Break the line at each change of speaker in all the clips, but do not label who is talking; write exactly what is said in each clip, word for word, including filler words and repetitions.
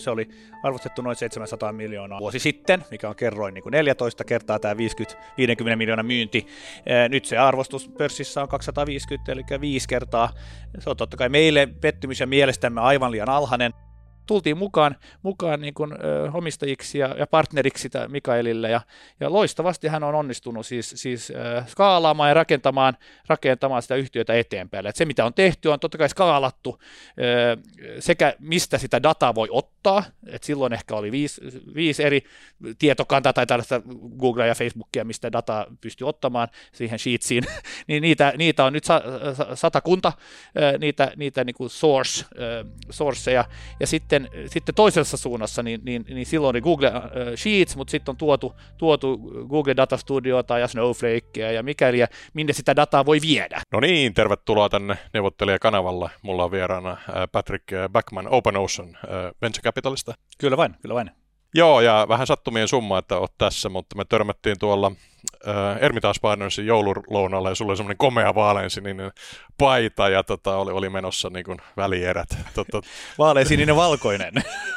se oli arvostettu noin seitsemänsataa miljoonaa vuosi sitten, mikä on kerroin niin kuin neljätoista kertaa tämä viisikymmentä miljoonaa myynti. Nyt se arvostus pörssissä on kaksisataaviisikymmentä, eli viisi kertaa. Se on totta kai meille pettymys ja mielestämme aivan liian alhainen. Tultiin mukaan, mukaan niin kuin, ö, omistajiksi ja, ja partneriksi sitä Mikaelille, ja, ja loistavasti hän on onnistunut siis, siis ö, skaalaamaan ja rakentamaan, rakentamaan sitä yhtiötä eteenpäin. Et se, mitä on tehty, on totta kai skaalattu ö, sekä mistä sitä dataa voi ottaa, että silloin ehkä oli viisi, viisi eri tietokantaa tai tällaista Googlea ja Facebookia, mistä dataa pystyy ottamaan siihen Sheetsiin, niin niitä, niitä on nyt sa, sa, satakunta, ö, niitä, niitä niin kuin source, ö, sourceja, ja sitten Sitten toisessa suunnassa, niin, niin, niin silloin oli Google Sheets, mutta sitten on tuotu, tuotu Google Data Studiota ja Snowflakea ja mikäli, ja minne sitä dataa voi viedä.
No niin, tervetuloa tänne neuvottelijakanavalla. Mulla on vieraana Patrick Backman OpenOcean Venture Capitalista.
Kyllä vain, kyllä vain.
Joo, ja vähän sattumien summa, että oot tässä, mutta me törmättiin tuolla äh, Ermitage Partnersin joululounalla, ja sulla oli semmoinen komea vaaleansininen paita, ja tota, oli, oli menossa niin kuin välierät. Tota...
Vaaleansininen valkoinen.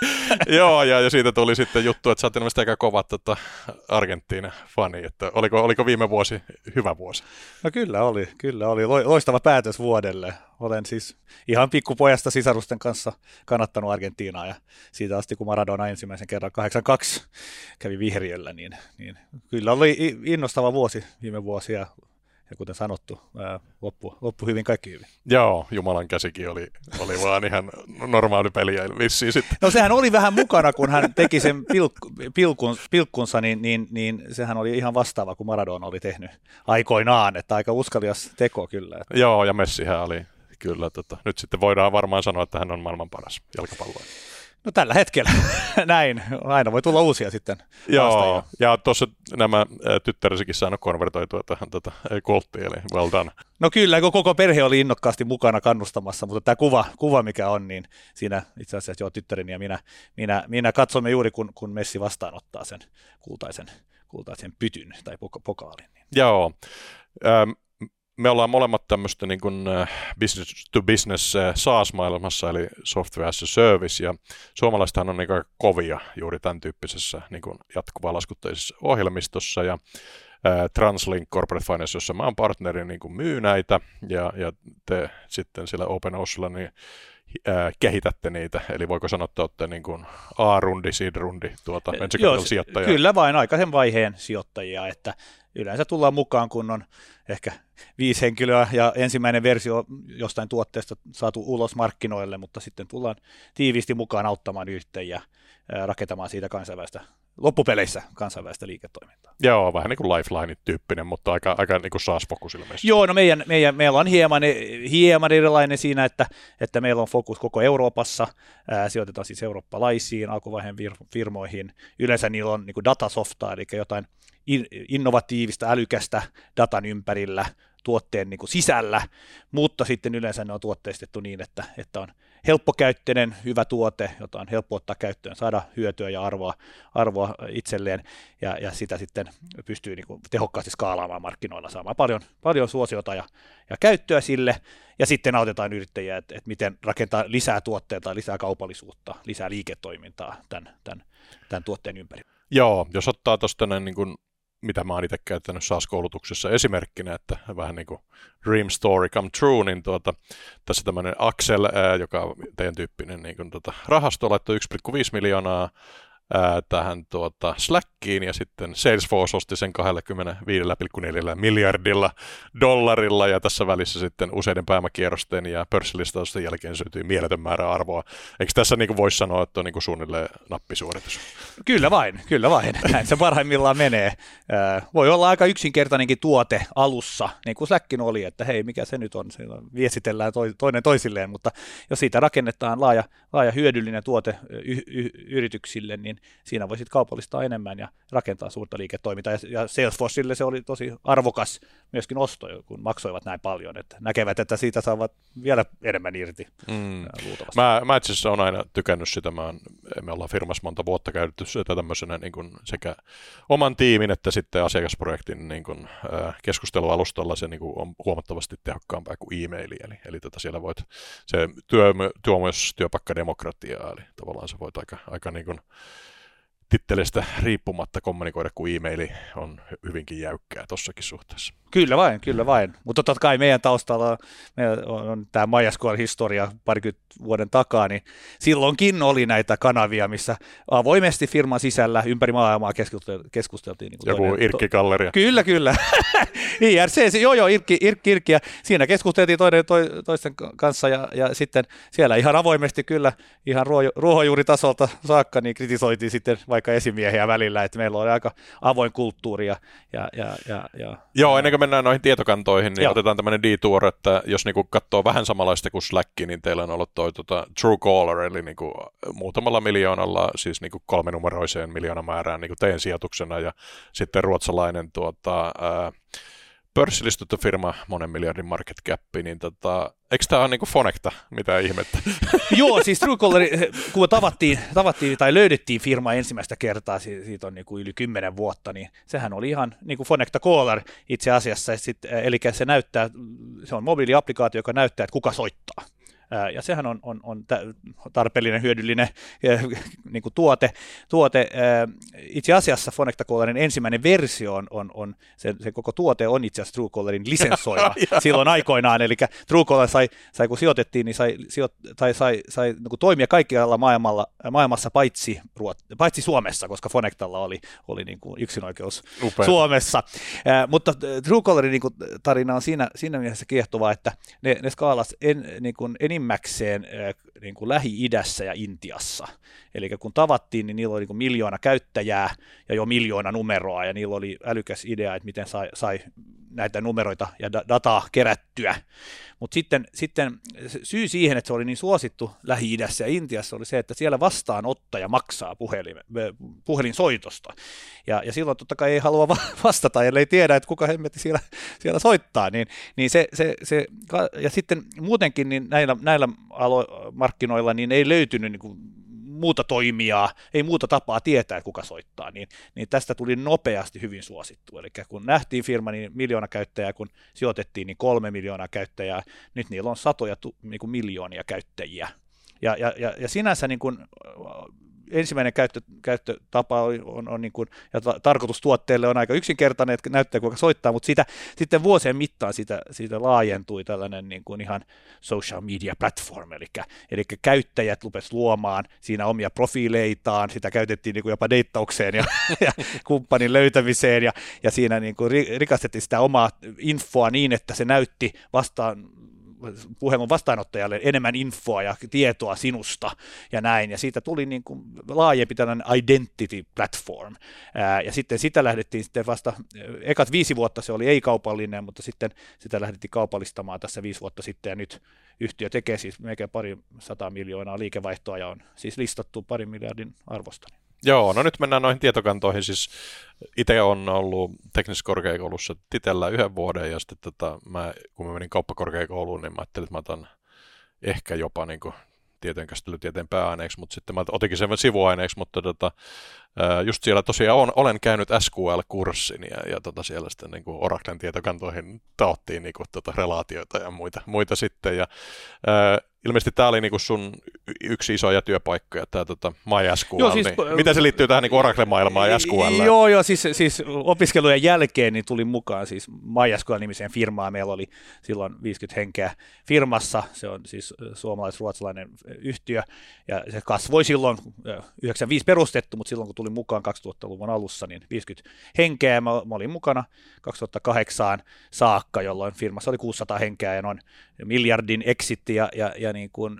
Joo, ja, ja siitä tuli sitten juttu, että sä oot ilmeisesti aika kova tota, Argentiina-fani, että oliko, oliko viime vuosi hyvä vuosi?
No kyllä oli, kyllä oli. Loistava päätös vuodelle. Olen siis ihan pikkupojasta sisarusten kanssa kannattanut Argentiinaa, ja siitä asti kun Maradona ensimmäisen kerran kahdeksankymmentäkaksi kävi vihriöllä, niin, niin kyllä oli innostava vuosi viime vuosi, ja, ja kuten sanottu, ää, loppu, loppu hyvin, kaikki hyvin.
Joo, Jumalan käsikin oli, oli vaan ihan normaali peliä vissiin sitten.
No sehän oli vähän mukana, kun hän teki sen pilk, pilkun, pilkkunsa, niin, niin, niin sehän oli ihan vastaava kuin Maradona oli tehnyt aikoinaan, että aika uskalias teko kyllä. Että...
Joo, ja Messihän oli kyllä, tota, nyt sitten voidaan varmaan sanoa, että hän on maailman paras jalkapalloilija.
No tällä hetkellä näin, aina voi tulla uusia sitten.
Joo,
vastaajia.
Ja tuossa nämä tyttärisikin saanut konvertoitua tähän tota, golftiin, eli well done.
No kyllä, koko perhe oli innokkaasti mukana kannustamassa, mutta tämä kuva, kuva mikä on, niin siinä itse asiassa joo, tyttäreni ja minä, minä, minä katsomme juuri, kun, kun Messi vastaanottaa sen kultaisen, kultaisen pytyn tai pokaalin.
Joo, ähm. Me ollaan molemmat tämmöistä niin kuin business to business SaaS-maailmassa, eli software as a service, ja suomalaisethan on niin aika kovia juuri tämän tyyppisessä niin kuin jatkuvaa laskutteisessa ohjelmistossa, ja ää, Translink Corporate Finance, jossa mä oon partneri, niin kuin myy näitä, ja, ja te sitten sillä OpenOcealla niin ää, kehitätte niitä, eli voiko sanoa, että olette niin kuin A-rundi, seed-rundi, tuota, venture capital sijoittajia?
Kyllä vain aikaisen vaiheen sijoittajia, että yleensä tullaan mukaan, kun on ehkä viisi henkilöä ja ensimmäinen versio jostain tuotteesta saatu ulos markkinoille, mutta sitten tullaan tiiviisti mukaan auttamaan yrittäjiä rakentamaan siitä kansainvälistä, loppupeleissä kansainvälistä liiketoimintaa.
Joo, vähän niin kuin Lifeline-tyyppinen, mutta aika, aika niin kuin SaaS-fokus ilmeisesti.
Joo, no meidän, meidän, meillä on hieman, hieman erilainen siinä, että, että meillä on fokus koko Euroopassa, ää, sijoitetaan siis eurooppalaisiin alkuvaiheen firmoihin, yleensä niillä on niin kuin datasoftaa, eli jotain innovatiivista, älykästä datan ympärillä, tuotteen niin kuin sisällä, mutta sitten yleensä ne on tuotteistettu niin, että, että on helppokäyttöinen, hyvä tuote, jota on helppo ottaa käyttöön, saada hyötyä ja arvoa, arvoa itselleen, ja, ja sitä sitten pystyy niin kuin tehokkaasti skaalaamaan markkinoilla, saamaan paljon, paljon suosiota ja, ja käyttöä sille, ja sitten autetaan yrittäjiä, että, että miten rakentaa lisää tuotteita, lisää kaupallisuutta, lisää liiketoimintaa tämän, tämän, tämän tuotteen ympärillä.
Joo, jos ottaa tuosta niin kuin mitä mä oon itse käyttänyt SaaS-koulutuksessa esimerkkinä, että vähän niin kuin dream story come true, niin tuota, tässä tämmöinen Axel, ää, joka on teidän tyyppinen niin kuin, tota, rahasto, laittoi yksi pilkku viisi miljoonaa ää, tähän tuota, Slackiin, ja sitten Salesforce osti sen kaksikymmentäviisi pilkku neljä miljardilla dollarilla, ja tässä välissä sitten useiden pääomakierrosten ja pörssilistausten jälkeen syntyi mieletön määrä arvoa. Eikö tässä niin kuin voisi sanoa, että on niin kuin suunnilleen nappisuoritus?
Kyllä vain, kyllä vain. Näin se parhaimmillaan menee. Voi olla aika yksinkertainenkin tuote alussa, niin kuin Slackin oli, että hei, mikä se nyt on, siellä viestitellään toinen toisilleen, mutta jos siitä rakennetaan laaja, laaja hyödyllinen tuote y- y- yrityksille, niin siinä voi sitten kaupallistaa enemmän ja rakentaa suurta liiketoimintaa. Ja, ja Salesforcelle se oli tosi arvokas myöskin osto, kun maksoivat näin paljon, että näkevät, että siitä saavat vielä enemmän irti. Mm.
Mä, mä itse asiassa olen aina tykännyt sitä. Mä, me ollaan firmassa monta vuotta käytetty sitä tämmöisenä niin kuin sekä oman tiimin että sitten asiakasprojektin niin kuin, äh, keskustelualustalla se niin kuin on huomattavasti tehokkaampaa kuin e-maili. Eli, eli tota siellä voit, se työ, työ on myös työpaikkademokratiaa, eli tavallaan se voit aika, aika niin kuin tittelestä riippumatta kommunikoida, kun e-maili on hyvinkin jäykkää tossakin suhteessa.
Kyllä vain, kyllä vain. Mutta totta kai meidän taustalla meidän on, on tämä MySQL-historia parikymmentä vuoden takaa, niin silloinkin oli näitä kanavia, missä avoimesti firman sisällä ympäri maailmaa keskusteltiin. keskusteltiin niin
Joku toinen, Irkki-galleria.
To, kyllä, kyllä. I R C, joo joo, Irkki, Irkki, Irkki, ja siinä keskusteltiin toinen to, toisten kanssa, ja, ja sitten siellä ihan avoimesti kyllä, ihan ruoho, ruohonjuuritasolta saakka, niin kritisoitiin sitten vaikka esimiehiä välillä, että meillä oli aika avoin kulttuuri. Ja, ja, ja, ja, ja,
joo, ennen kuin mennään noihin tietokantoihin, niin joo. Otetaan tämmöinen detour, että jos niinku katsoo vähän samanlaista kuin Slack, niin teillä on ollut toi tota, Truecaller, eli niinku muutamalla miljoonalla, siis niinku kolmenumeroiseen miljoonamäärään niinku teidän sijoituksena, ja sitten ruotsalainen tuota, ää, pörssilistytty firma, monen miljardin market cap, niin tota, eikö tämä ole niin kuin Fonecta, mitä ihmettä?
Joo, siis Truecaller, kun tavattiin, tavattiin tai löydettiin firma ensimmäistä kertaa, siitä on niin kuin yli kymmenen vuotta, niin sehän oli ihan niin kuin Fonecta Caller itse asiassa, sit, eli se näyttää, se on mobiiliaplikaatio, joka näyttää, että kuka soittaa. Ja sehän on, on, on tarpeellinen, hyödyllinen niin kuin tuote. tuote. Itse asiassa Fonecta Callerin ensimmäinen versio on, on, on se, se koko tuote on itse asiassa Truecallerin lisenssoima silloin aikoinaan. Eli Truecaller sai, sai, kun sijoitettiin, niin sai, sijoit, tai sai, sai niin kuin toimia kaikkialla maailmalla, maailmassa paitsi, paitsi Suomessa, koska Fonectalla oli, oli niin kuin yksinoikeus Upea. Suomessa. Äh, mutta Truecallerin niin kuin tarina on siinä, siinä mielessä kiehtovaa, että ne, ne skaalas en, niin kuin enimmäkseen niin kuin Lähi-idässä ja Intiassa. Eli kun tavattiin, niin niillä oli niin kuin miljoona käyttäjää ja jo miljoona numeroa, ja niillä oli älykäs idea, että miten sai, sai näitä numeroita ja dataa kerättyä. Mutta sitten, sitten syy siihen, että se oli niin suosittu Lähi-idässä ja Intiassa, oli se, että siellä vastaanottaja maksaa puhelin, puhelinsoitosta. Ja, ja silloin totta kai ei halua vastata, ellei tiedä, että kuka hemmetti siellä, siellä soittaa. Niin, niin se, se, se, ja sitten muutenkin niin näillä, näillä alo- markkinoilla niin ei löytynyt niin kuin muuta toimijaa, ei muuta tapaa tietää, että kuka soittaa, niin, niin tästä tuli nopeasti hyvin suosittu. Eli kun nähtiin firma, niin miljoona käyttäjää, kun sijoitettiin, niin kolme miljoonaa käyttäjää, nyt niillä on satoja niin kuin miljoonia käyttäjiä. Ja, ja, ja, ja sinänsä niin kuin ensimmäinen käyttö, käyttötapa on, on, on niin kuin, ja ta, tarkoitus tuotteelle on aika yksinkertainen, että näyttää kuinka soittaa, mutta siitä, sitten vuosien mittaan siitä, siitä laajentui tällainen niin kuin ihan social media platform, eli, eli käyttäjät rupesivat luomaan siinä omia profiileitaan, sitä käytettiin niin kuin jopa deittaukseen ja, ja kumppanin löytämiseen, ja, ja siinä niin kuin rikastettiin sitä omaa infoa niin, että se näytti vastaan puhelun vastaanottajalle enemmän infoa ja tietoa sinusta ja näin, ja siitä tuli niin kuin laajempi tällainen identity platform, ää, ja sitten sitä lähdettiin sitten vasta, ekat viisi vuotta se oli ei-kaupallinen, mutta sitten sitä lähdettiin kaupallistamaan tässä viisi vuotta sitten, ja nyt yhtiö tekee siis melkein pari sata miljoonaa liikevaihtoa, ja on siis listattu parin miljardin arvosta.
Joo, no nyt mennään noihin tietokantoihin. Siis itse on ollut teknisessä korkeakoulussa titellä yhden vuoden, ja sitten tota, mä, kun mä menin kauppakorkeakouluun, niin mä ajattelin, että mä otan ehkä jopa niin kuin tietojenkäsittelytieteen pääaineeksi, mutta sitten mä otinkin sen sivuaineeksi, mutta tota, just siellä tosiaan on, olen käynyt S Q L-kurssin, ja, ja tota siellä sitten niin kuin Oraclen tietokantoihin taottiin niin kuin tota relaatioita ja muita, muita sitten, ja ää, ilmeisesti tämä oli niinku sun yksi isoja työpaikkoja, tämä tota MySQL. Joo, siis, niin, miten se liittyy tähän niinku Oracle-maailmaan ja S Q L?
Joo, joo siis, siis opiskelujen jälkeen niin tuli mukaan siis MySQL-nimiseen firmaan. Meillä oli silloin viisikymmentä henkeä firmassa, se on siis suomalais-ruotsalainen yhtiö, ja se kasvoi silloin, yhdeksänkymmentäviisi perustettu, mutta silloin kun tuli mukaan kaksituhattaluvun alussa, niin viisikymmentä henkeä, ja mä, mä olin mukana kaksituhattakahdeksan saakka, jolloin firmassa oli kuusisataa henkeä ja noin miljardin exitti ja, ja, ja niin kuin,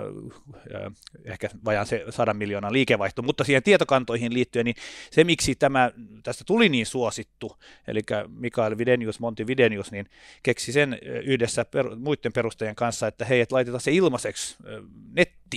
ö, ehkä vajaan se sadan miljoonan liikevaihto, mutta siihen tietokantoihin liittyen, niin se miksi tämä, tästä tuli niin suosittu, eli Mikael Widenius, Monty Widenius, niin keksi sen yhdessä per, muiden perustajien kanssa, että hei, et laitetaan se ilmaiseksi nettiin,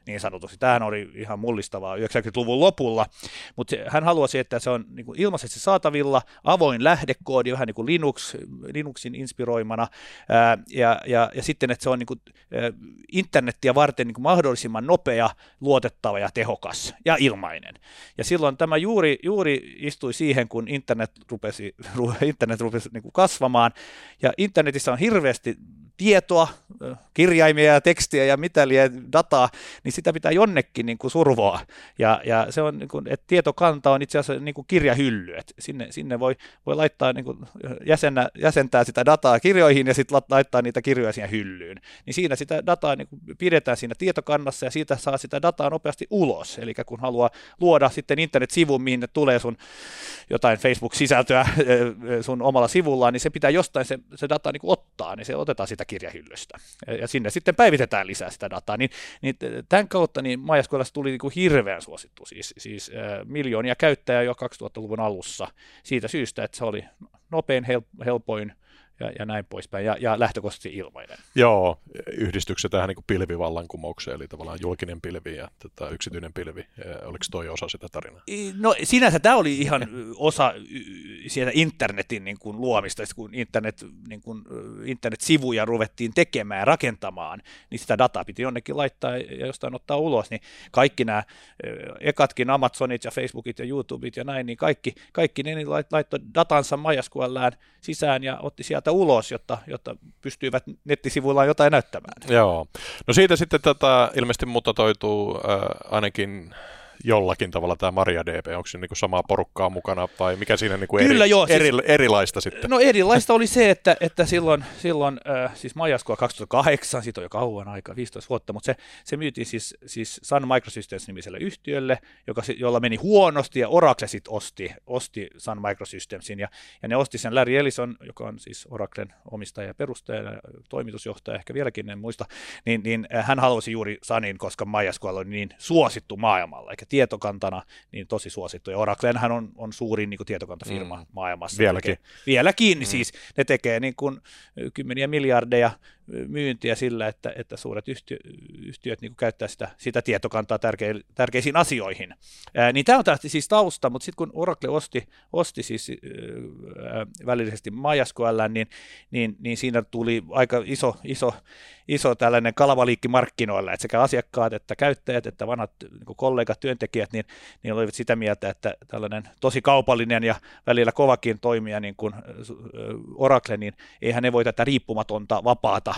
niin sanotusti. Tämähän oli ihan mullistavaa yhdeksänkymmentäluvun lopulla, mutta hän haluaisi, että se on niin kuin ilmaisesti saatavilla, avoin lähdekoodi, vähän niin kuin Linux, Linuxin inspiroimana, ää, ja, ja, ja sitten, että se on niin kuin, ä, internettiä varten niin kuin mahdollisimman nopea, luotettava ja tehokas ja ilmainen. Ja silloin tämä juuri, juuri istui siihen, kun internet rupesi, internet rupesi niin kuin kasvamaan, ja internetissä on hirveästi tietoa, kirjaimia ja tekstiä ja mitä liian dataa, niin sitä pitää jonnekin niin kuin survoa. Ja, ja se on, niin kuin, että tietokanta on itse asiassa niin kuin kirjahylly. Että sinne, sinne voi, voi laittaa, niin kuin jäsennä, jäsentää sitä dataa kirjoihin ja sitten laittaa niitä kirjoja siihen hyllyyn. Niin siinä sitä dataa niin kuin pidetään siinä tietokannassa ja siitä saa sitä dataa nopeasti ulos. Eli kun haluaa luoda sitten internet-sivun, mihin tulee sun jotain Facebook-sisältöä sun omalla sivullaan, niin se pitää jostain se, se data niin kuin ottaa, niin se otetaan sitä kirjahyllystä. Ja sinne sitten päivitetään lisää sitä dataa. Niin, niin tämän kautta niin MySQLista tuli niin kuin hirveän suosittu, siis, siis äh, miljoonia käyttäjää jo kaksituhattaluvun alussa siitä syystä, että se oli nopein, helpoin ja, ja näin poispäin, ja, ja lähtökohtaisesti ilmainen.
Joo, yhdistykset tähän niin kuin pilvivallankumoukseen, eli tavallaan julkinen pilvi ja tota, yksityinen pilvi. Oliko toi osa sitä tarinaa?
No sinänsä tämä oli ihan osa sieltä internetin niin kuin luomista, kun internet, niin kuin, internet-sivuja ruvettiin tekemään ja rakentamaan, niin sitä dataa piti jonnekin laittaa ja jostain ottaa ulos, niin kaikki nämä ekatkin Amazonit ja Facebookit ja YouTubeit ja näin, niin kaikki, kaikki ne niin laittoi datansa MySQLään sisään ja otti sieltä ulos, jotta, jotta pystyivät nettisivuillaan jotain näyttämään.
Joo. No siitä sitten tätä ilmeisesti mutatoituu äh, ainakin jollakin tavalla tämä MariaDB, onko se niinku samaa porukkaa mukana vai mikä siinä niinku eri,
Kyllä joo,
eri,
siis,
erilaista sitten?
No erilaista oli se, että, että silloin, silloin äh, siis MySQL kaksituhattakahdeksan, siitä on jo kauan aika, viisitoista vuotta, mutta se, se myytiin siis, siis Sun Microsystems-nimiselle yhtiölle, joka, jolla meni huonosti ja Oracle sitten osti, osti Sun Microsystemsin ja, ja ne osti sen Larry Ellison, joka on siis Oraclen omistaja ja perustaja ja toimitusjohtaja, ehkä vieläkin en muista, niin, niin hän halusi juuri Sunin, koska MySQL on niin suosittu maailmalla, eikä tietokantana niin tosi suosittu. Ja Oraclehan on, on suurin niin kuin tietokantafirma mm. maailmassa.
Vieläkin.
Tekee, vieläkin, mm. siis ne tekee niin kuin kymmeniä miljardeja myyntiä sillä, että, että suuret yhtiö, yhtiöt niin kuin käyttää sitä, sitä tietokantaa tärke, tärkeisiin asioihin. Ää, niin tämä on tästä siis tausta, mutta sitten kun Oracle osti, osti siis ää, välillisesti MySQL, niin, niin, niin siinä tuli aika iso, iso, iso tällainen kalavaliikki markkinoilla, että sekä asiakkaat että käyttäjät että vanhat niin kuin kollegat, työntekijät, niin, niin olivat sitä mieltä, että tällainen tosi kaupallinen ja välillä kovakin toimija niin kuin Oracle, niin eihän ne voi tätä riippumatonta, vapaata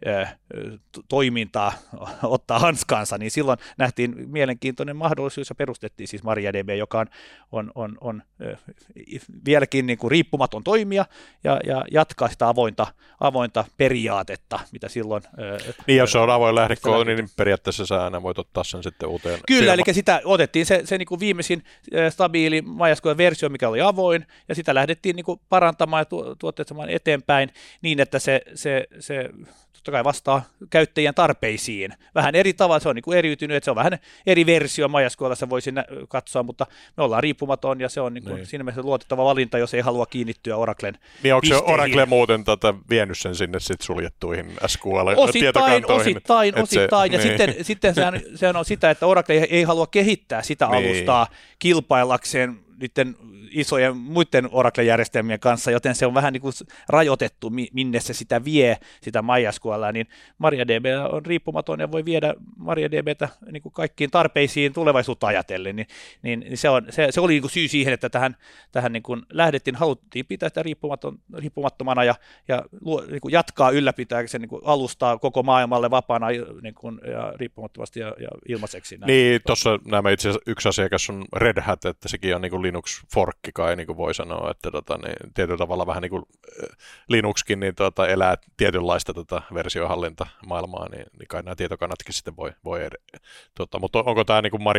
toimintaa ottaa hanskansa, niin silloin nähtiin mielenkiintoinen mahdollisuus ja perustettiin siis MariaDB, joka on, on, on, on vieläkin niin kuin riippumaton toimija ja, ja jatkaa sitä avointa, avointa periaatetta, mitä silloin...
Niin, jos se on avoin lähdekoodi, niin periaatteessa sä aina voit ottaa sen sitten uuteen...
Kyllä,
firma.
Eli sitä otettiin se, se niin kuin viimeisin stabiili MySQL-versio, mikä oli avoin, ja sitä lähdettiin niin kuin parantamaan ja tuottamaan eteenpäin niin, että se, se, se totta kai vastaa käyttäjien tarpeisiin. Vähän eri tavalla, se on niin kuin eriytynyt, että se on vähän eri versio MySQL:ssä voisi katsoa, mutta me ollaan riippumaton ja se on niin kuin niin. Siinä mielessä luotettava valinta, jos ei halua kiinnittyä Oraclen
Niin onko
pisteihin.
se Oracle muuten tätä vienyt sen sinne sit suljettuihin S Q L-tietokantoihin?
Osittain, osittain, se, ja niin. sitten, sitten sehän, sehän on sitä, että Oracle ei, ei halua kehittää sitä
niin.
alustaa kilpaillakseen niiden isojen muiden Oracle-järjestelmien kanssa, joten se on vähän niin kuin rajoitettu, minne se sitä vie, sitä MySQL:ää, niin MariaDB on riippumaton ja voi viedä MariaDBtä niin kuin kaikkiin tarpeisiin tulevaisuutta ajatellen, niin, niin, niin se, on, se, se oli niin kuin syy siihen, että tähän, tähän niin kuin lähdettiin, haluttiin pitää sitä riippumaton, riippumattomana ja, ja niin kuin jatkaa ylläpitää se niin kuin alustaa koko maailmalle vapaana niin kuin, ja riippumattomasti ja, ja ilmaiseksi. Näin.
Niin, tuossa nämä itse asiassa yksi asiakas on Red Hat, että sekin on niin kuin Linux-forkki kai, niin kuin voi sanoa, että tota, niin, tietyllä tavalla vähän niin kuin Linuxkin niin, tota, elää tietynlaista tota, versiohallintamaailmaa, niin, niin kai nämä tietokannatkin sitten voi, voi eri, tota, mutta onko tämä niin kuin MariaDB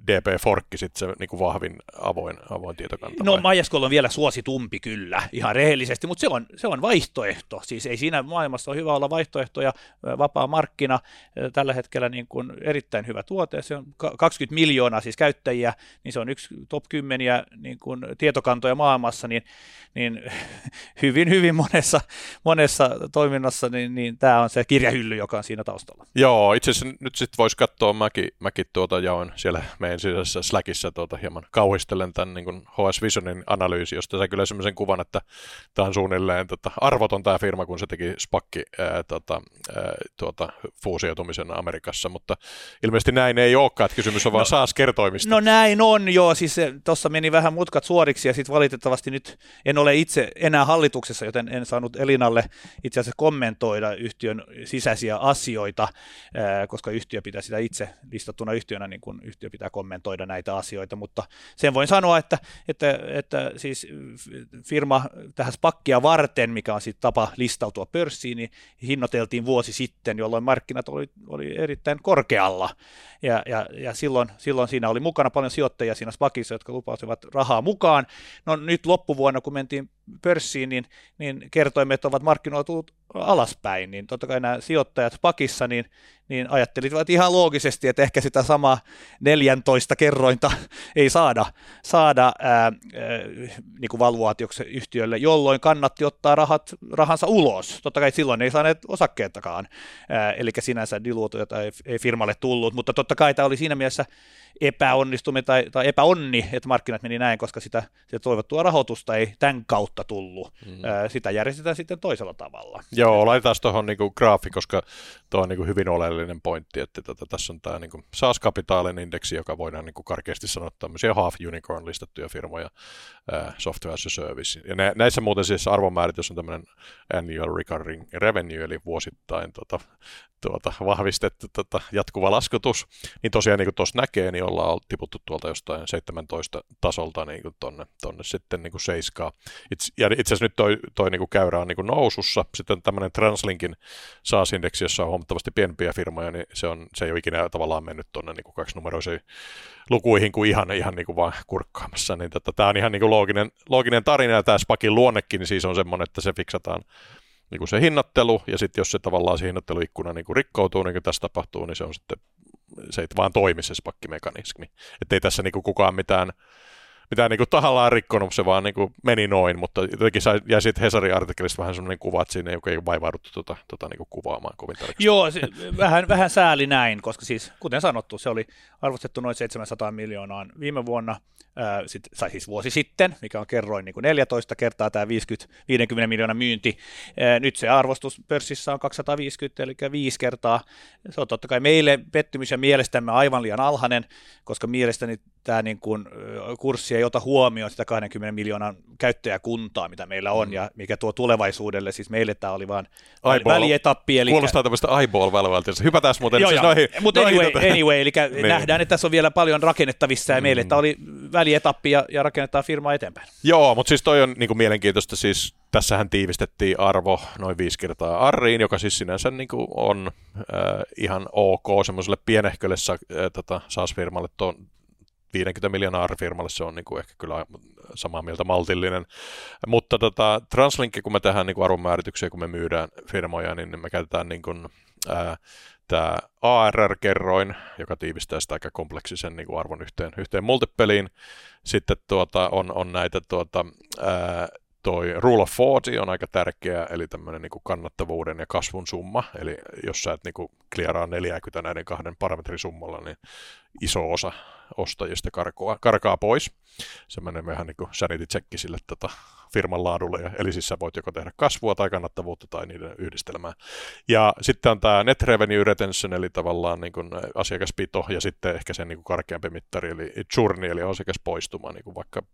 D P Forkki sitten se niin kuin vahvin avoin, avoin tietokanta?
No MySQL on vielä suositumpi kyllä, ihan rehellisesti, mutta se on, se on vaihtoehto. Siis ei siinä maailmassa ole hyvä olla vaihtoehtoja, vapaa markkina, tällä hetkellä niin kuin erittäin hyvä tuote, se on kaksikymmentä miljoonaa siis käyttäjiä, niin se on yksi top kymmeniä niin kuin tietokantoja maailmassa, niin, niin hyvin, hyvin monessa, monessa toiminnassa, niin, niin tämä on se kirjahylly, joka on siinä taustalla.
Joo, itse asiassa nyt sitten voisi katsoa, mäkin, mäkin tuota jaoin siellä meidän sisäisessä Slackissa tuota hieman kauhistelen tämän niin kuin H S Visionin analyysi, josta sai kyllä semmoisen kuvan, että tämä on suunnilleen tota, arvoton tämä firma, kun se teki spakki ää, tota, ää, tuota, fuusioitumisen Amerikassa, mutta ilmeisesti näin ei olekaan, että kysymys on vaan no, SaaS-kertoimista.
No näin on, joo, siis tuossa meni vähän mutkat suoriksi ja sitten valitettavasti nyt en ole itse enää hallituksessa, joten en saanut Elinalle itse asiassa kommentoida yhtiön sisäisiä asioita, koska yhtiö pitää sitä itse listattuna yhtiönä, niin kuin yhtiö pitää kommentoida näitä asioita, mutta sen voin sanoa, että, että, että siis firma tähän spakkia varten, mikä on sitten tapa listautua pörssiin, niin hinnoiteltiin vuosi sitten, jolloin markkinat oli, oli erittäin korkealla, ja, ja, ja silloin, silloin siinä oli mukana paljon sijoittajia siinä spakissa, jotka lupasivat rahaa mukaan. No nyt loppuvuonna, kun mentiin pörssiin, niin, niin kertoimet ovat markkinoilla tullut alaspäin, niin totta kai nämä sijoittajat spakissa, niin, niin ajattelivat ihan loogisesti, että ehkä sitä samaa neljätoista kerrointa ei saada, saada ää, ää, niin kuin valuaatioksi yhtiölle, jolloin kannatti ottaa rahat, rahansa ulos. Totta kai silloin ei saaneet osakkeetakaan, ää, eli sinänsä diluutiota ei, ei firmalle tullut, mutta totta kai tämä oli siinä mielessä epäonnistuminen tai, tai epäonni, että markkinat meni näin, koska sitä, sitä toivottua rahoitusta ei tämän kautta tullut. Mm. Ää, sitä järjestetään sitten toisella tavalla.
Joo, laitetaan tuohon niinku graafi, koska tuo on niinku hyvin oleellinen pointti, että tota, tässä on tämä niinku SaaS-kapitaalin indeksi, joka voidaan niinku karkeasti sanoa tämmöisiä half unicorn listattuja firmoja, ää, software as a service. Ja nä- näissä muuten siis arvonmääritys on tämmöinen annual recurring revenue, eli vuosittain tota, tuota, vahvistettu tota, jatkuva laskutus. Niin tosiaan niin kuin tuossa näkee, niin ollaan tiputtu tuolta jostain seitsemäntoista tasolta niin kuin tonne, tonne sitten niin kuin seiskaan. Itse, ja itse asiassa nyt toi, toi niin kuin käyrä on niin kuin nousussa. Sitten tämmöinen Translinkin SaaS-indeksi, jossa on huomattavasti pienempiä firmoja, niin se, on, se ei ole ikinä tavallaan mennyt tuonne niin kuin kaksinumeroisiin lukuihin kuin ihan, ihan niin kuin vaan kurkkaamassa. Niin tota, tämä on ihan niin kuin looginen, looginen tarina, ja tämä Spakin luonnekin niin siis on semmoinen, että se fiksataan niin kuin se hinnoittelu, ja sitten jos se tavallaan se hinnoitteluikkuna niin kuin rikkoutuu, niin kuin tässä tapahtuu, niin se on sitten, se ei vaan toimi se spakkimekanismi. Että ei tässä niin kuin kukaan mitään, mitään niin kuin tahallaan rikkonut, se vaan niin kuin meni noin, mutta jotenkin jäi sitten Hesarin artikkelista vähän semmoinen kuva, että siinä ei ole vaivauduttu tuota, tuota niin kuin kuvaamaan kovin tarkasti.
Joo, se, vähän, vähän sääli näin, koska siis kuten sanottu, se oli arvostettu noin seitsemänsataa miljoonaa viime vuonna, ää, sit, tai siis vuosi sitten, mikä on kerroin niin kuin neljätoista kertaa tämä viisikymmentä miljoonan myynti. Ää, nyt se arvostus pörssissä on kaksisataaviisikymmentä, eli viisi kertaa. Se on totta kai meille pettymys ja mielestämme aivan liian alhainen, koska mielestäni tämä niin kuin kurssi ei ota huomioon sitä kaksikymmentä miljoonan käyttäjäkuntaa, mitä meillä on, mm. ja mikä tuo tulevaisuudelle, siis meille tämä oli vaan välietappi. Eli...
Kuulostaa tämmöistä eyeball-välvältä, hypätään muuten.
Joo,
siis
joo.
Noihin,
mutta
noihin
anyway,
tota...
anyway, eli niin. Nähdään, että tässä on vielä paljon rakennettavissa, ja meille mm. tämä oli välietappi, ja, ja rakennetaan firmaa eteenpäin.
Joo, mutta siis toi on niin kuin mielenkiintoista, siis tässähän tiivistettiin arvo noin viisi kertaa Arriin, joka siis sinänsä niin kuin on äh, ihan ok semmoiselle pienehkölle äh, tota, SaaS-firmalle tuon viisikymmentä miljoonaa arvifirmalle se on niin kuin ehkä kyllä samaa mieltä maltillinen, mutta tota, Translinkki, kun me tehdään niin kuin arvonmäärityksiä, kun me myydään firmoja, niin me käytetään niin kuin, ää, tämä A R R-kerroin, joka tiivistää sitä aika kompleksisen niin kuin arvon yhteen, yhteen multipeliin. Sitten tuota, on, on näitä tuota, ää, toi Rule of forty on aika tärkeä, eli tämmöinen niin kuin kannattavuuden ja kasvun summa, eli jos sä et niin kuin clearaa neljäkymmentä näiden kahden parametrisummalla, niin iso osa ostajista karkaa, karkaa pois. Semmoinen vähän niin kuin sanity check sille tota, firman laadulle, ja, eli siis sä voit joko tehdä kasvua tai kannattavuutta tai niiden yhdistelmää. Ja sitten on tämä net revenue retention, eli tavallaan niin kuin asiakaspito, ja sitten ehkä sen niin kuin karkeampi mittari, eli churn, eli asiakaspoistuma, niin kuin vaikka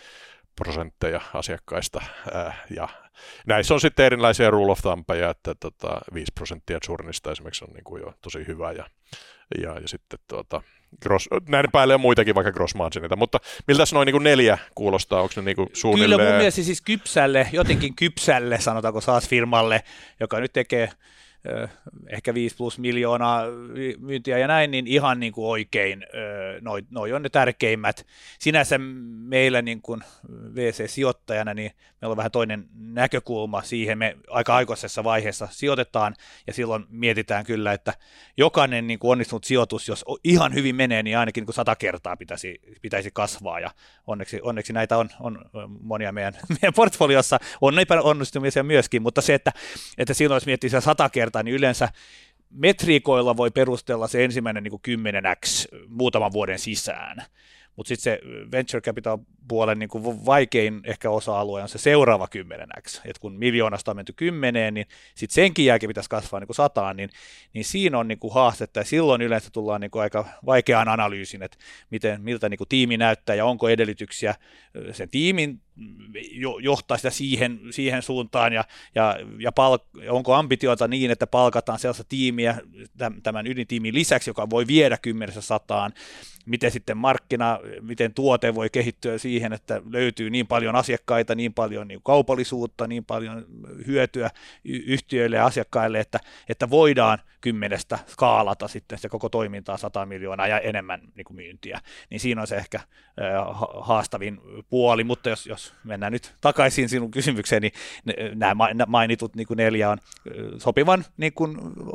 prosentteja asiakkaista, ää, ja näissä on sitten erilaisia rule of thumbia, että tota, viisi prosenttia churnista esimerkiksi on niin kuin jo tosi hyvä, ja, ja, ja sitten tuota, gross, näiden päälle on muitakin vaikka gross marginita, mutta miltäs noin niin kuin neljä kuulostaa, onko ne niin kuin suunnilleen?
Kyllä mun mielestä siis kypsälle, jotenkin kypsälle, sanotaanko SaaS-firmalle, joka nyt tekee ehkä viisi plus miljoonaa myyntiä ja näin, niin ihan niin kuin oikein, noi, noi on ne tärkeimmät. Sinänsä meillä niin kuin V C-sijoittajana, niin meillä on vähän toinen näkökulma siihen, me aika aikaisessa vaiheessa sijoitetaan, ja silloin mietitään kyllä, että jokainen niin kuin onnistunut sijoitus, jos ihan hyvin menee, niin ainakin niin kuin sata kertaa pitäisi, pitäisi kasvaa, ja onneksi, onneksi näitä on, on monia meidän, meidän portfoliossa, on epäonnistumisia myöskin, mutta se, että, että silloin jos miettii sitä sata kertaa, niin yleensä metriikoilla voi perustella se ensimmäinen niin kuin kymmenen x muutaman vuoden sisään. Mutta sitten se venture capital puolen niin kuin vaikein ehkä osa-alue on se seuraava kymmenen x. Et kun miljoonasta on menty kymmeneen, niin sitten senkin jälkeen pitäisi kasvaa niin kuin sataan, niin, niin siinä on niin kuin haastetta. Ja silloin yleensä tullaan niin kuin aika vaikeaan analyysin, että miten, miltä niin kuin tiimi näyttää ja onko edellytyksiä sen tiimin johtaa sitä siihen, siihen suuntaan ja, ja, ja palk- onko ambitioita niin, että palkataan sellaista tiimiä tämän ydintiimin lisäksi, joka voi viedä kymmenessä sataan, miten sitten markkina, miten tuote voi kehittyä siihen, että löytyy niin paljon asiakkaita, niin paljon niin kaupallisuutta, niin paljon hyötyä yhtiöille ja asiakkaille, että, että voidaan kymmenestä skaalata sitten se koko toimintaa sata miljoonaa ja enemmän niin kuin myyntiä. Niin siinä on se ehkä haastavin puoli, mutta jos, jos mennään nyt takaisin sinun kysymykseen, niin nämä mainitut niin kuin neljä on sopivan, niin kuin,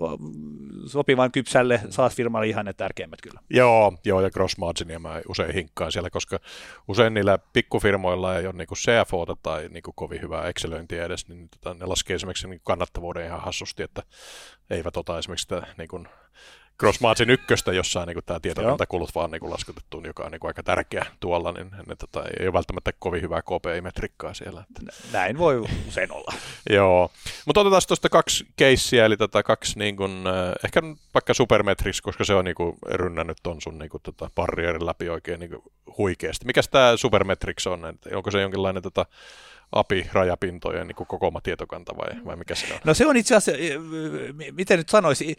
sopivan kypsälle SaaS-firmalle ihan ne tärkeimmät kyllä.
Joo, joo ja gross marginia mä usein hinkkaan siellä, koska usein niillä pikkufirmoilla ei ole niin kuin C F O:ta tai niin kuin kovin hyvää Excelöintiä edes, niin tota, ne laskee esimerkiksi niin kannattavuuden ihan hassusti, että eivät ota esimerkiksi sitä niin kuin gross margin ykköstä, jossa niin tämä tietokantakulut vaan niin laskutettu, joka on niin aika tärkeä tuolla, niin ne, tota, ei ole välttämättä kovin hyvää K P I-metrikkaa siellä. Että.
Näin voi usein olla.
Joo, mutta otetaan tuosta kaksi keissiä, eli tota kaksi niin kuin, ehkä vaikka Supermetrics, koska se on niin kuin rynnännyt ton sun niin kuin, tota, barrierin läpi oikein niin kuin huikeasti. Mikäs tämä Supermetrics on? Onko se jonkinlainen tota, A P I-rajapintojen niin kokoama tietokanta vai, vai mikä se on?
No se on itse asiassa, miten nyt sanoisi,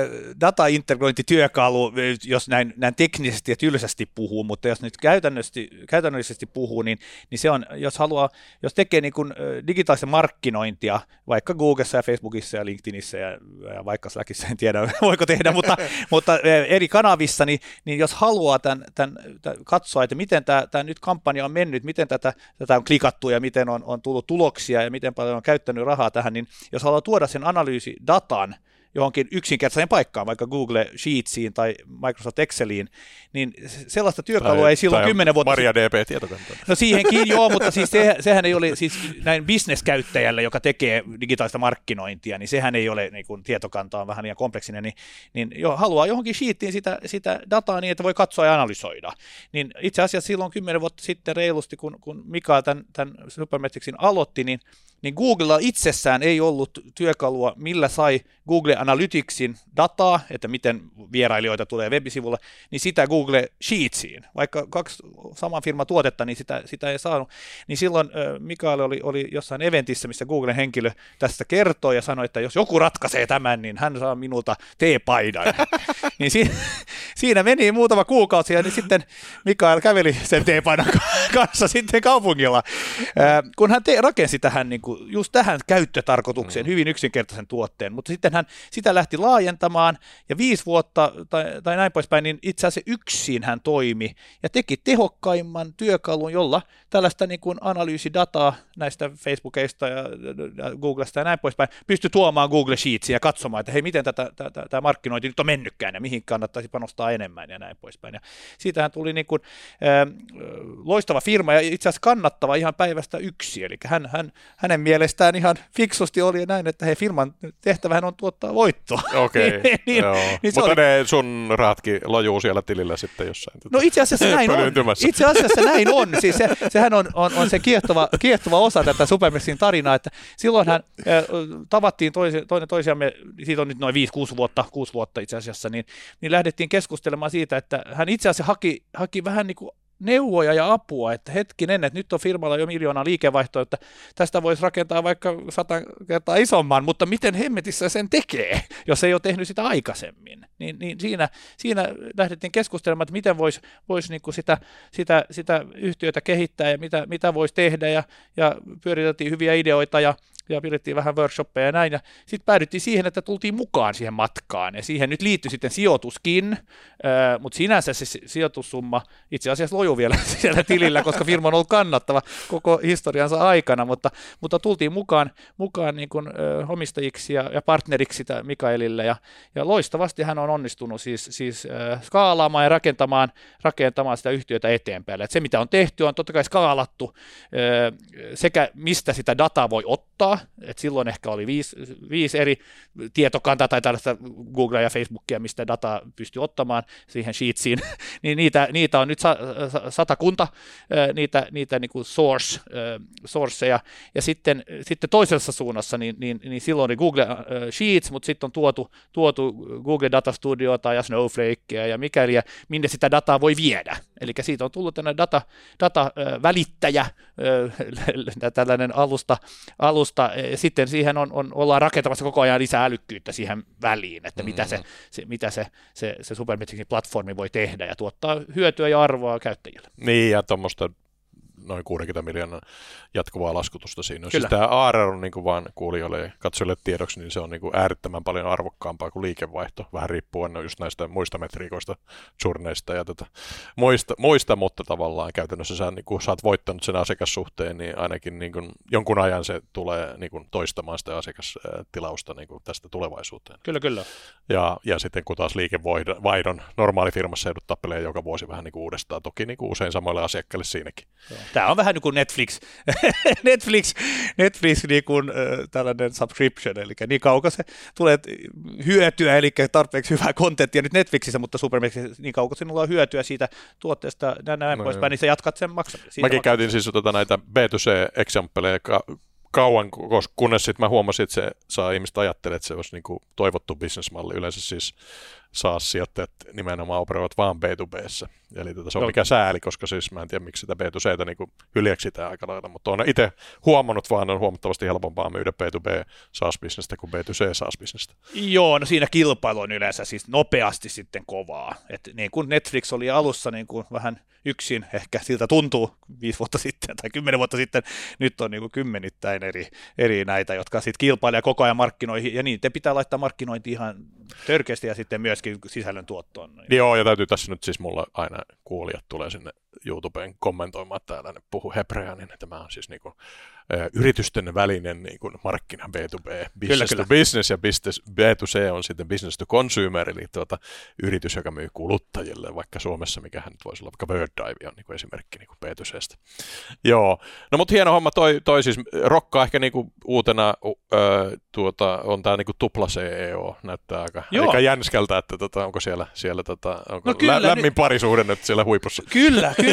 data-integrointityökalu, jos näin, näin teknisesti ja tylsästi puhuu, mutta jos nyt käytännöllisesti, käytännöllisesti puhuu, niin, niin se on, jos haluaa, jos tekee niin kuin digitaalista markkinointia, vaikka Googlessa ja Facebookissa ja LinkedInissä ja, ja vaikka Slackissa, en tiedä voiko tehdä, mutta, mutta eri kanavissa, niin, niin jos haluaa tämän, tämän, tämän katsoa, että miten tämä, tämä nyt kampanja on mennyt, miten tätä, tätä on klikattu ja miten on, on tullut tuloksia ja miten paljon on käyttänyt rahaa tähän, niin jos haluaa tuoda sen analyysidatan johonkin yksinkertaiseen paikkaan, vaikka Google Sheetsiin tai Microsoft Exceliin, niin sellaista työkalua tai, ei silloin kymmenen vuotta...
MariaDB-tietokanta.
No siihenkin joo, mutta siis se, sehän ei ole siis näin business-käyttäjälle, joka tekee digitaalista markkinointia, niin sehän ei ole, niin kun tietokanta on vähän liian kompleksinen, niin, niin jo, haluaa johonkin sheetiin sitä, sitä dataa niin, että voi katsoa ja analysoida. Niin itse asiassa silloin kymmenen vuotta sitten reilusti, kun, kun Mika tämän, tämän Supermetricsin aloitti, niin niin Googlella itsessään ei ollut työkalua, millä sai Google Analyticsin dataa, että miten vierailijoita tulee web-sivulle, niin sitä Google Sheetsiin. Vaikka kaksi saman firman tuotetta, niin sitä, sitä ei saanut. Niin silloin äh, Mikael oli, oli jossain eventissä, missä Googlen henkilö tästä kertoi ja sanoi, että jos joku ratkaisee tämän, niin hän saa minulta teepaidan. niin si- siinä meni muutama kuukausi ja niin sitten Mikael käveli sen teepaidan kanssa sitten kaupungilla. Äh, kun hän te- rakensi tähän niin just tähän käyttötarkoitukseen hyvin yksinkertaisen tuotteen, mutta sitten hän sitä lähti laajentamaan ja viisi vuotta tai, tai näin poispäin, niin itse asiassa yksin hän toimi ja teki tehokkaimman työkalun, jolla tällaista niin kuin analyysidataa näistä Facebookista ja Googlesta ja näin poispäin pystyi tuomaan Google Sheetsiin ja katsomaan, että hei, miten tätä, tätä, tämä markkinointi nyt on mennytkään ja mihin kannattaisi panostaa enemmän ja näin poispäin. Ja siitähän tuli niin kuin, äh, loistava firma ja itse asiassa kannattava ihan päivästä yksi, eli hän, hän, hänen mielestään ihan fiksusti oli näin, että hei, firman tehtävähän on tuottaa voittoa.
Okei, okay, niin, joo. Niin mutta oli... ne sun rahatkin lojuu siellä tilillä sitten jossain.
No itse asiassa näin on. Itse asiassa näin on. Siis se, sehän on, on, on se kiehtova, kiehtova osa tätä Supermetricsin tarinaa, että silloinhan äh, tavattiin toisi, toinen toisiamme, siitä on nyt noin viisi kuusi vuotta, kuusi vuotta itse asiassa, niin, niin lähdettiin keskustelemaan siitä, että hän itse asiassa haki, haki vähän niin kuin neuvoja ja apua, että hetkinen, että nyt on firmalla jo miljoona liikevaihtoa, että tästä voisi rakentaa vaikka sata kertaa isomman, mutta miten hemmetissä sen tekee, jos ei ole tehnyt sitä aikaisemmin. Niin, niin siinä, siinä lähdettiin keskustelemaan, että miten voisi vois niinku sitä, sitä, sitä yhtiötä kehittää ja mitä, mitä voisi tehdä ja, ja pyöriteltiin hyviä ideoita ja ja pidettiin vähän workshoppeja ja näin, ja sitten päädyttiin siihen, että tultiin mukaan siihen matkaan, ja siihen nyt liittyi sitten sijoituskin, äh, mutta sinänsä se sijoitussumma itse asiassa lojuu vielä siellä tilillä, koska firma on ollut kannattava koko historiansa aikana, mutta, mutta tultiin mukaan, mukaan niin kuin, äh, omistajiksi ja, ja partneriksi sitä Mikaelille, ja, ja loistavasti hän on onnistunut siis, siis äh, skaalaamaan ja rakentamaan, rakentamaan sitä yhtiötä eteenpäin. Et se, mitä on tehty, on totta kai skaalattu äh, sekä mistä sitä dataa voi ottaa, että silloin ehkä oli viisi, viisi eri tietokantaa tai tällaista Googlea ja Facebookia, mistä dataa pystyy ottamaan siihen sheetsiin, niin niitä, niitä on nyt satakunta, niitä, niitä niin kuin source, sourceja, ja sitten, sitten toisessa suunnassa, niin, niin, niin silloin oli Google Sheets, mutta sitten on tuotu, tuotu Google Data Studiota ja Snowflakea ja mikäli, ja minne sitä dataa voi viedä. Eli siitä on tullut tällainen data, data-välittäjä, tällainen alusta, alusta. Sitten siihen on, on, ollaan rakentamassa koko ajan lisää älykkyyttä siihen väliin, että mitä se, se, mitä se, se, se Supermetricsin platformi voi tehdä ja tuottaa hyötyä ja arvoa käyttäjille.
Niin, ja tuommoista noin kuusikymmentä miljoonaa jatkuvaa laskutusta siinä. Siis tämä A R R on niin kuin vaan kuulijoille ja katsojille tiedoksi, niin se on niin kuin äärettömän paljon arvokkaampaa kuin liikevaihto, vähän riippuen just näistä muista metriikoista, journeista ja tätä muista, muista, mutta tavallaan käytännössä sä niin kuin, saat voittanut sen asiakassuhteen, niin ainakin niin kuin, jonkun ajan se tulee niin kuin, toistamaan sitä asiakastilausta niin kuin, tästä tulevaisuuteen.
Kyllä, kyllä.
Ja, ja sitten kun taas liikevaihdon normaali firmassa joudut tappelee joka vuosi vähän niin kuin uudestaan, toki niin kuin usein samoille asiakkaille siinäkin.
Tämä on vähän niin kuin Netflix, Netflix, Netflix niin kuin, äh, tällainen subscription, eli niin kauan se tulee hyötyä, eli tarpeeksi hyvää kontenttia nyt Netflixissä, mutta Supermaxissä niin kauan sinulla on hyötyä siitä tuotteesta, näin, näin no poispäin, niin sä jatkat sen maksamista.
Mäkin käytin siis tota näitä B two C-exampleja kauan, kunnes sitten mä huomasin, että se saa ihmistä ajattelemaan, että se olisi niin kuin toivottu businessmalli. Yleensä siis SaaS-sijoittajat nimenomaan operoivat vaan B two B:ssä. Eli tota, se on no. mikä sääli, koska siis mä en tiedä, miksi sitä B two C:tä niin hyljeksitään aika lailla, mutta olen itse huomannut vaan, on huomattavasti helpompaa myydä B two B SaaS-bisnestä kuin B two C SaaS-bisnestä.
Joo, no siinä kilpailu on yleensä siis nopeasti sitten kovaa. Et niin kuin Netflix oli alussa niin kuin vähän yksin, ehkä siltä tuntuu viisi vuotta sitten tai kymmenen vuotta sitten, nyt on niin kuin kymmenittäin eri, eri näitä, jotka sitten kilpailee koko ajan markkinoihin, ja niitä pitää laittaa markkinointiin ihan törkeästi ja sitten myöskin sisällön tuottoon.
Joo, ja täytyy tässä nyt siis mulla aina kuulijat tulee sinne YouTubeen kommentoimaan, että täällä ne puhuu hebreaa, niin tämä on siis niinku, ä, yritysten välinen niinku, markkina B two B, business kyllä, to kyllä. business, ja business, B two C on sitten business to consumer, eli tuota, yritys, joka myy kuluttajille, vaikka Suomessa, mikä hän nyt voisi olla, vaikka WordDive on niinku, esimerkki niinku B two C:stä. Joo, no mutta hieno homma, toi, toi siis rokkaa ehkä niinku, uutena ö, tuota, on tämä niinku, tupla C E O, näyttää aika, aika jänskältä, että tota, onko siellä, siellä tota, onko no kyllä, lä- lämmin niin... parisuhde nyt siellä huipussa.
Kyllä, kyllä.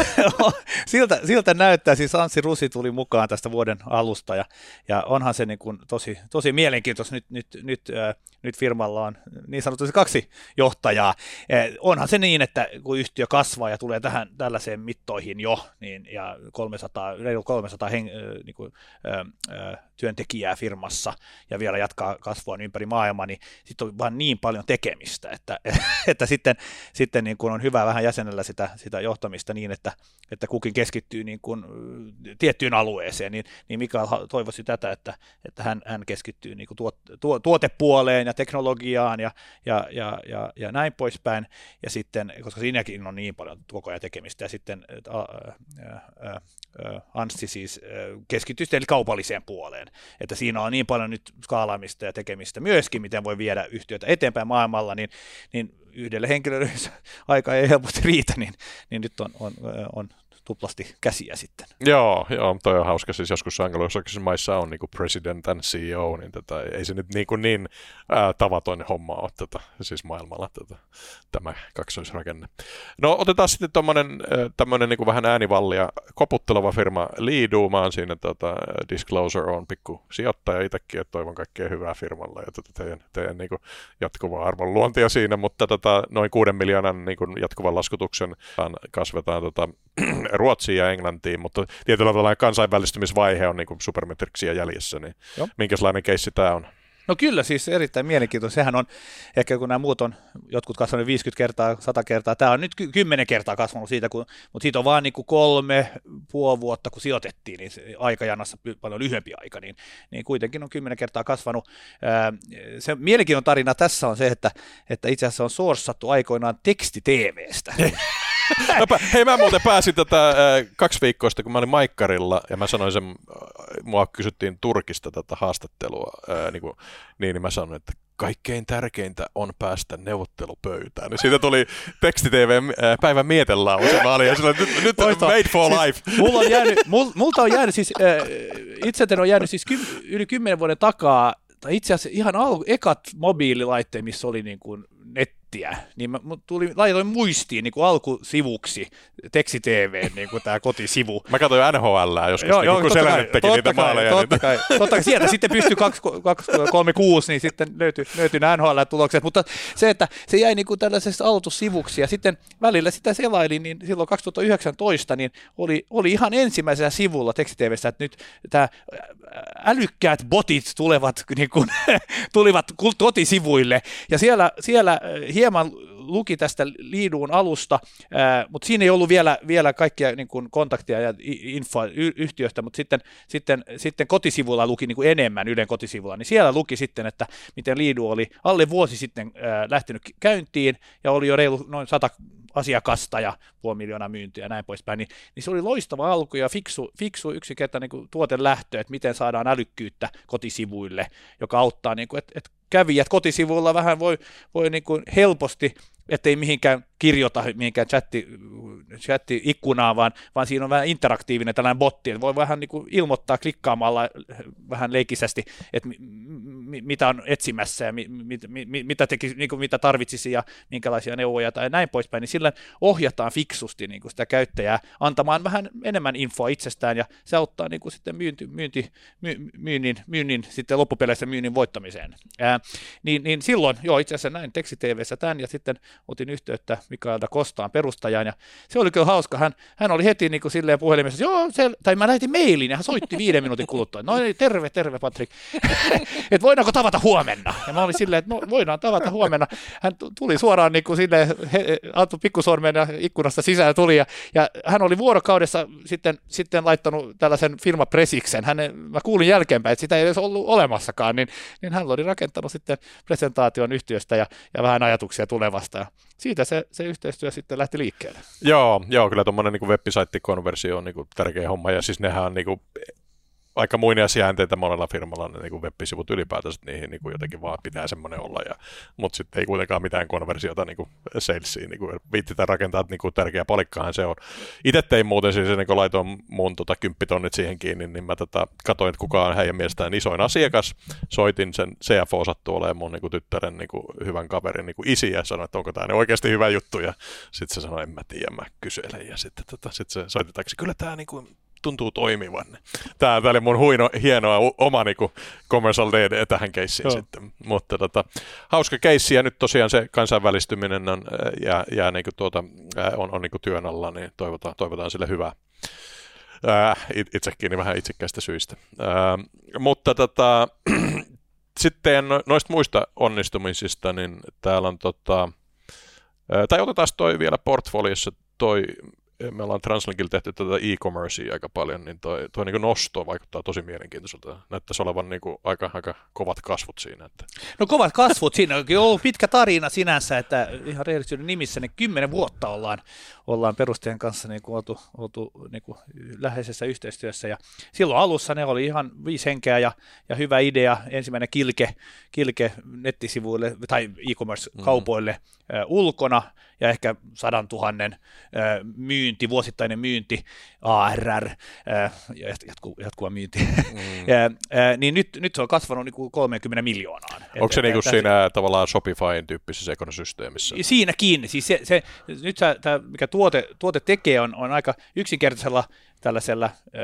siltä, siltä näyttää, siis Anssi Rusi tuli mukaan tästä vuoden alusta, ja, ja onhan se niin kuin tosi, tosi mielenkiintoista, nyt, nyt, nyt, äh, nyt firmalla on niin sanotusti kaksi johtajaa. Eh, onhan se niin, että kun yhtiö kasvaa ja tulee tähän tällaiseen mittoihin jo, niin, ja kolmesataa, reilu kolmesataa hen, äh, niin kuin, äh, äh, työntekijää firmassa, ja vielä jatkaa kasvua ympäri maailmaa, niin sitten on vaan niin paljon tekemistä, että, että sitten, sitten niin kuin on hyvä vähän jäsenellä sitä, sitä johtamista niin, että, että kukin keskittyy niin kuin tiettyyn alueeseen, niin, niin Mikael toivoisi tätä, että, että hän, hän keskittyy niin kuin tuot, tuo, tuotepuoleen ja teknologiaan ja, ja, ja, ja, ja näin poispäin, ja sitten, koska siinäkin on niin paljon koko ajan tekemistä, ja sitten ää, ää, ää, Anssi siis keskittyy sitten kaupalliseen puoleen, että siinä on niin paljon nyt skaalaamista ja tekemistä myöskin, miten voi viedä yhtiötä eteenpäin maailmalla, niin, niin yhdelle henkilölle aika ei helposti riitä, niin, niin nyt on, on, on tuplasti käsiä sitten.
Joo, joo, toi on hauska. Siis joskus anglo-saksisissa maissa on niin kuin president and C E O, niin tätä, ei se nyt niin, kuin niin ää, tavatoinen homma ole tätä, siis maailmalla tätä, tämä kaksoisrakenne. No otetaan sitten tuommoinen tämmöinen niin kuin vähän äänivallia koputteleva firma Leadoo. Mä oon siinä tota, Disclosure on pikku sijoittaja itsekin, että toivon kaikkea hyvää firmalle ja tota, teidän, teidän niin kuin jatkuvaa arvonluontia siinä, mutta tota, noin kuuden miljoonan niin kuin jatkuvan laskutuksen kasvetaan tota, Ruotsiin ja Englantiin, mutta tietyllä tavalla kansainvälistymisvaihe on niin kuin Supermetricsia jäljessä, niin Joo. minkälainen keissi tämä on?
No kyllä, siis erittäin mielenkiintoista. Sehän on, ehkä kun nämä muut on, jotkut kasvaneet viisikymmentä kertaa, sata kertaa, tämä on nyt kymmenen kertaa kasvanut siitä, kun, mutta siitä on vaan niin kuin kolme, puoli vuotta, kun sijoitettiin, niin se aikajanassa paljon lyhyempi aika, niin, niin kuitenkin on kymmenen kertaa kasvanut. Se mielenkiintoinen tarina tässä on se, että, että itse asiassa on sourcattu aikoinaan teksti-tv:stä.
Hei, mä muuten pääsin tätä äh, kaksi viikkoa sitten, kun mä olin Maikkarilla, ja mä sanoin sen, mua kysyttiin Turkista tätä haastattelua, äh, niin, kuin, niin, niin mä sanoin, että kaikkein tärkeintä on päästä neuvottelupöytään. Niin siitä tuli teksti-tv-päivän mietelause. Mä olin ja sillä, nyt, nyt on made for
siis,
life.
Mulla on jäänyt, mul, multa on jäänyt siis, äh, itseten on jäänyt siis ky, yli kymmenen vuoden takaa, tai itse asiassa ihan alku, ekat mobiililaitteet, missä oli niin kuin nettiä, niin mä tuli, laitoin muistiin niin kuin alkusivuksi teksti-tv:n niin kuin tämä kotisivu.
Mä katsoin N H L:ää joskus, joo, niin, joo, kun Selänne teki niitä maaleja.
Totta niin. kai, totta kai. Sieltä sitten pystyi kaksi kolme kuusi, niin sitten löytyi, löytyi nämä N H L-tulokset, mutta se, että se jäi niin kuin tällaisesta aloitussivuksi, ja sitten välillä sitä selailin, niin silloin kaksituhattayhdeksäntoista niin oli, oli ihan ensimmäisellä sivulla teksti-tv:ssä, että nyt tämä älykkäät botit tulevat, niin kuin, tulivat kotisivuille, ja siellä, siellä hieman luki tästä Liiduun alusta, ää, mutta siinä ei ollut vielä, vielä kaikkia niin kuin kontaktia ja infoa y- yhtiöstä, mutta sitten, sitten, sitten kotisivuilla luki niin kuin enemmän Ylen kotisivulla, niin siellä luki sitten, että miten Liidu oli alle vuosi sitten ää, lähtenyt käyntiin ja oli jo reilu noin sata asiakasta ja puoli miljoonaa myyntiä ja näin poispäin, niin, niin se oli loistava alku ja fiksu, fiksu yksinkertainen niin tuotelähtö, että miten saadaan älykkyyttä kotisivuille, joka auttaa, niin kuin, että, että kävijät kotisivuilla vähän voi, voi niin kuin helposti, ettei mihinkään kirjoita mihinkään chatti, chatti-ikkunaan, vaan, vaan siinä on vähän interaktiivinen tällainen botti, että voi vähän niin kuin ilmoittaa klikkaamalla vähän leikisästi, että mi, mitä on etsimässä ja mi, mi, mi, mitä, teki, niin kuin mitä tarvitsisi ja minkälaisia neuvoja tai näin poispäin, niin sillä ohjataan fiksusti niin kuin sitä käyttäjää antamaan vähän enemmän infoa itsestään ja se auttaa niin kuin sitten myynti, myynti, my, myynnin, myynnin sitten loppupeleissä myynnin voittamiseen. Ää, niin, niin silloin, joo itse asiassa näin teksti-tv:ssä tämän ja sitten otin yhteyttä Mikael da Costaan perustajaan, ja se oli kyllä hauska. Hän, hän oli heti niin kuin silleen puhelimessa, joo, se, tai mä lähetin mailin, ja hän soitti viiden minuutin kuluttua. No niin, terve, terve, Patrik. Että voidaanko tavata huomenna? Ja mä olin silleen, että no, voidaan tavata huomenna. Hän tuli suoraan niin kuin silleen, he, antoi pikkusormen ja ikkunasta sisään tuli, ja, ja hän oli vuorokaudessa sitten, sitten laittanut tällaisen firmapresiksen. Hän, mä kuulin jälkeenpäin, että sitä ei edes ollut olemassakaan, niin, niin hän oli rakentanut sitten presentaation yhtiöstä ja, ja vähän ajatuksia tulevasta. Ja siitä se, se yhteistyö sitten lähti liikkeelle.
Joo, joo kyllä tuommoinen niin web-site-konversio on niin kuin tärkeä homma, ja siis nehän on niin kuin aika muinia sijainteita monella firmalla, ne niin kuin web-sivut ylipäätänsä, niihin niin kuin jotenkin vaan pitää semmoinen olla, ja, mutta sitten ei kuitenkaan mitään konversiota niin kuin salesiin, niin kuin viittitään rakentaa, että niin kuin tärkeä palikkahan se on. Itse tein muuten siis, niin kun laitoin mun tota, kymppitonnit siihen kiinni, niin mä tota, katsoin, että kuka on heidän mielestään isoin asiakas, soitin sen, C F O sattuu olemaan mun niin kuin tyttären niin kuin hyvän kaverin niin kuin isi, ja sanoin, että onko tämä oikeasti hyvä juttu, ja sitten se sanoi, en mä tiedä, mä kyselen, ja sitten tota, sit se soitetaanko, kyllä tämä niin kuin tuntuu toimivan. Tämä, tämä oli mun huino, hienoa oma niinku commercial D D tähän keissiin sitten. Mutta tota, hauska keissi, ja nyt tosiaan se kansainvälistyminen on, jää, jää niinku tuota, on, on niinku työn alla, niin toivotaan, toivotaan sille hyvää. Ää, itsekin niin vähän itsekkäistä syistä. Ää, mutta tota, sitten noista muista onnistumisista, niin täällä on tota, ää, tai otetaan toi vielä portfoliossa toi, me ollaan Translinkilla tehty tätä e-commercea aika paljon, niin toi, toi niin nosto vaikuttaa tosi mielenkiintoiselta. Näyttäisi olevan niin kuin aika, aika kovat kasvut siinä. Että.
No kovat kasvut, siinä on ollut pitkä tarina sinänsä, että ihan rehellisyyden nimissä niin kymmenen vuotta ollaan, ollaan perustajan kanssa niin kuin oltu, oltu niin kuin läheisessä yhteistyössä. Ja silloin alussa ne oli ihan viisi henkeä ja, ja hyvä idea, ensimmäinen kilke, kilke nettisivuille tai e-commerce-kaupoille mm. äh, ulkona ja ehkä sadan tuhannen äh, myynti, vuosittainen myynti, A R R, äh, jatku, jatkuva myynti, mm. äh, niin nyt, nyt se on kasvanut niin kuin kolmekymmentä miljoonaan.
Onko se et, niin kuin siinä se, tavallaan Shopifyn tyyppisessä ekosysteemissä?
Siinäkin, siis se, se, nyt tämä mikä tuote, tuote tekee on, on aika yksinkertaisella tällaisella äh,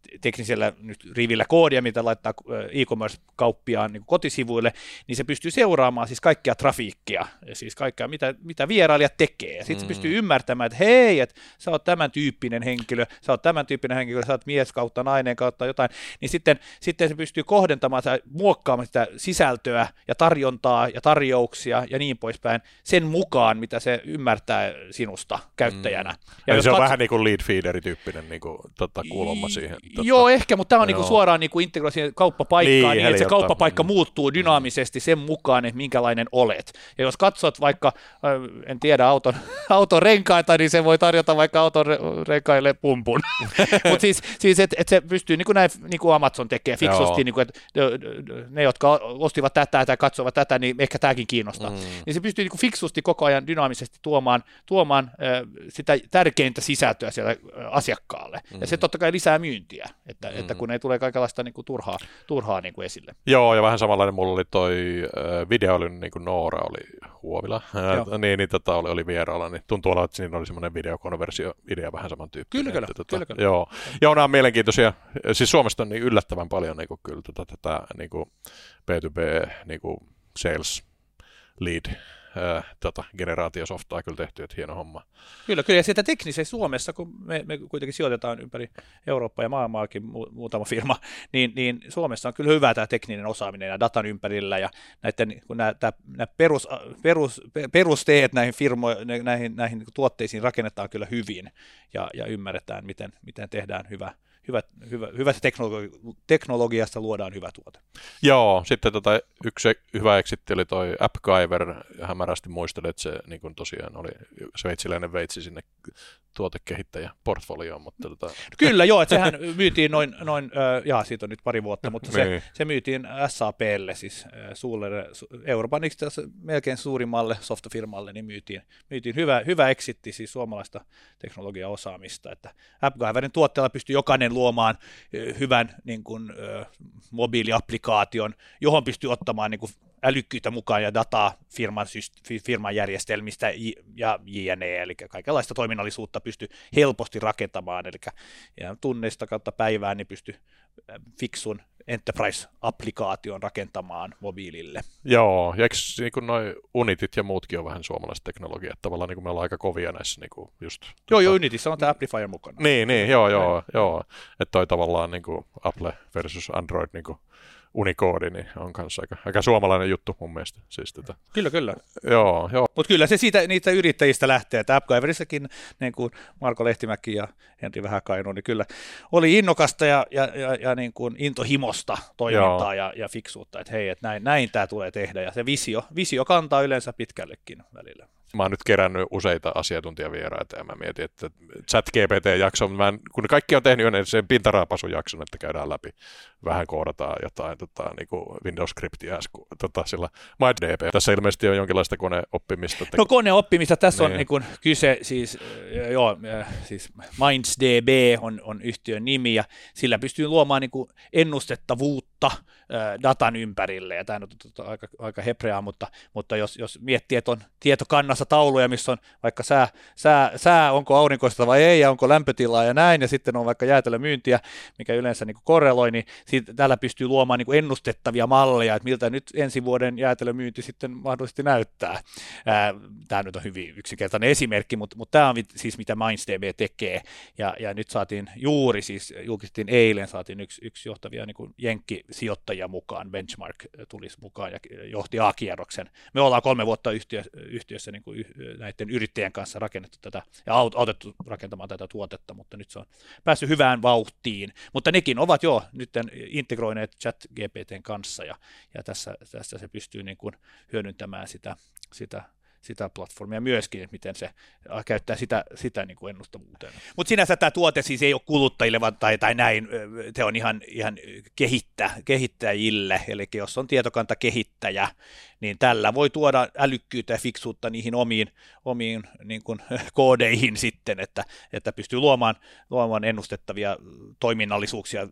teknisellä nyt rivillä koodia, mitä laittaa e-commerce-kauppiaan niin kotisivuille, niin se pystyy seuraamaan siis kaikkea trafiikkia, siis kaikkea, mitä, mitä vierailijat tekee. Sitten mm. se pystyy ymmärtämään, että hei, että sä oot tämän tyyppinen henkilö, sä oot tämän tyyppinen henkilö, sä oot mies kautta nainen kautta jotain, niin sitten, sitten se pystyy kohdentamaan, muokkaamaan sitä sisältöä ja tarjontaa ja tarjouksia ja niin poispäin sen mukaan, mitä se ymmärtää sinusta käyttäjänä. Mm.
Ja se on katso... vähän niin kuin lead feederi-tyyppinen niin kuin, tota, kulma siihen. Tota...
Joo, ehkä, mutta tämä on niin kuin suoraan niin integroitu siihen kauppapaikkaan, niin, niin että se kauppapaikka mm. muuttuu dynaamisesti sen mukaan, että minkälainen olet. Ja jos katsot vaikka, en tiedä, auton, auton renkaita, niin se voi tarjota vaikka auton renkaille pumpun. Mutta siis, siis että et se pystyy, niin kuin näin niin kuin Amazon tekee fiksusti, niin kuin, että ne, jotka ostivat tätä tai katsovat tätä, niin ehkä tämäkin kiinnostaa. Mm. Niin se pystyy niin kuin fiksusti koko ajan dynaamisesti tuomaan, tuomaan äh, sitä tärkeintä sisältöä siellä asiakkaalle. Mm. Ja se totta kai lisää myyntiä, että, mm. että kun ei tule kaikenlaista niin kuin turhaa, turhaa niin kuin esille.
Joo, ja vähän samanlainen mulla oli toi äh, video, oli niin kuin Noora oli Huovila, äh, niin, niin tota, oli, oli vieraalla, niin tuntuu olla, että siinä oli semmoinen videokonversio-idea vähän samantyyppinen.
Kyllä, kyllä,
että,
kyllä,
tota,
kyllä.
Joo. joo, nämä on mielenkiintoisia. Siis Suomesta on niin yllättävän paljon niin kuin, kyllä tota, tätä niin kuin B two B niin kuin sales lead Äh, tota, generaatiosoftaa kyllä tehty, että hieno homma.
Kyllä, kyllä, ja sieltä teknisesti Suomessa, kun me, me kuitenkin sijoitetaan ympäri Eurooppaa ja maailmaakin mu- muutama firma, niin, niin Suomessa on kyllä hyvä tämä tekninen osaaminen ja datan ympärillä, ja näiden, kun nämä, tämä, nämä perus, perus, perusteet näihin, firmo, näihin, näihin tuotteisiin rakennetaan kyllä hyvin, ja, ja ymmärretään, miten, miten tehdään hyvä, Hyvä, hyvä, hyvästä teknologi- teknologiasta luodaan hyvä tuote.
Joo, sitten tota, yksi hyvä eksitti oli toi AppGyver, ja hämärästi muistelin, että se niin kuin tosiaan oli sveitsiläinen veitsi sinne tuotekehittäjäportfolioon. Mutta tota...
Kyllä joo, että sehän myytiin noin, noin äh, jaa, siitä on nyt pari vuotta, mutta se, se myytiin S A P:lle, siis äh, suurelle, Euroopan melkein suurimmalle softafirmalle, niin myytiin, myytiin hyvä, hyvä eksitti, siis suomalaista teknologiaosaamista, että AppGyverin tuotteella pystyy jokainen luomaan äh, hyvän niin kuin, äh, mobiiliaplikaation, johon pystyy ottamaan niin kuin älykkyyttä mukaan ja dataa firman, firman järjestelmistä ja jne, eli kaikenlaista toiminnallisuutta pystyy helposti rakentamaan, eli tunneista kautta päivään niin pystyy fiksun enterprise-applikaation rakentamaan mobiilille.
Joo, ja eikö niin noi Unitit ja muutkin on vähän suomalaiset teknologiat, tavallaan niin kuin me ollaan aika kovia näissä niin kuin just...
Joo, tota... joo, Unitissa on tämä Amplifier mukana.
Niin, niin, joo, joo, joo, että toi tavallaan niin kuin Apple versus Android niin kuin Unicode, niin on kanssa aika, aika suomalainen juttu mun mielestä. Siis tätä.
Kyllä, kyllä.
Joo, joo.
Mutta kyllä se siitä, niitä yrittäjistä lähtee, että AppGyverissakin, niin kuin Marko Lehtimäki ja Henri Vähäkainu, niin kyllä oli innokasta ja, ja, ja, ja niin kuin intohimosta toimintaa ja, ja fiksuutta, että hei, että näin, näin tämä tulee tehdä, ja se visio, visio kantaa yleensä pitkällekin välillä.
Mä oon nyt kerännyt useita asiantuntijavieraita ja mä mietin, että ChatGPT-jakso, mä en, kun kaikki on tehnyt jo sen pintaraapasujakson, että käydään läpi, vähän koodataan jotain tota, niin kuin Windows-skriptiä tota, sillä MindDB. Tässä ilmeisesti on jonkinlaista koneoppimista.
No koneoppimista, tässä niin on niin kuin kyse, siis, joo, siis MindsDB on, on yhtiön nimi ja sillä pystyy luomaan niin kuin ennustettavuutta datan ympärille, ja tämä on tota, aika, aika hepreaa, mutta, mutta jos, jos miettii, että on tietokannassa tauluja, missä on vaikka sää, sää, sää onko aurinkoista vai ei, ja onko lämpötilaa ja näin, ja sitten on vaikka jäätelömyyntiä, mikä yleensä niin kuin korreloi, niin siitä, täällä pystyy luomaan niin kuin ennustettavia malleja, että miltä nyt ensi vuoden jäätelömyynti sitten mahdollisesti näyttää. Ää, tämä nyt on hyvin yksinkertainen esimerkki, mutta, mutta tämä on siis mitä MindsDB tekee, ja, ja nyt saatiin juuri, siis julkistettiin eilen, saatiin yksi, yksi johtavia niin kuin jenkkisijoittajia mukaan, Benchmark tulisi mukaan ja johti A-kierroksen. Me ollaan kolme vuotta yhtiö, yhtiössä niin kuin näiden yrittäjien kanssa rakennettu tätä ja autettu rakentamaan tätä tuotetta, mutta nyt se on päässyt hyvään vauhtiin. Mutta nekin ovat jo nyt integroineet ChatGPTn kanssa ja, ja tässä, tässä se pystyy niin kuin hyödyntämään sitä, sitä sitä platformia myöskin, että miten se käyttää sitä, sitä niin kuin ennustavuuteen. Mutta sinänsä tämä tuote siis ei ole kuluttajille vaan, tai, tai näin, se on ihan, ihan kehittä, kehittäjille, eli jos on tietokantakehittäjä, niin tällä voi tuoda älykkyyttä ja fiksuutta niihin omiin, omiin niin kuin, koodeihin sitten, että, että pystyy luomaan, luomaan ennustettavia toiminnallisuuksia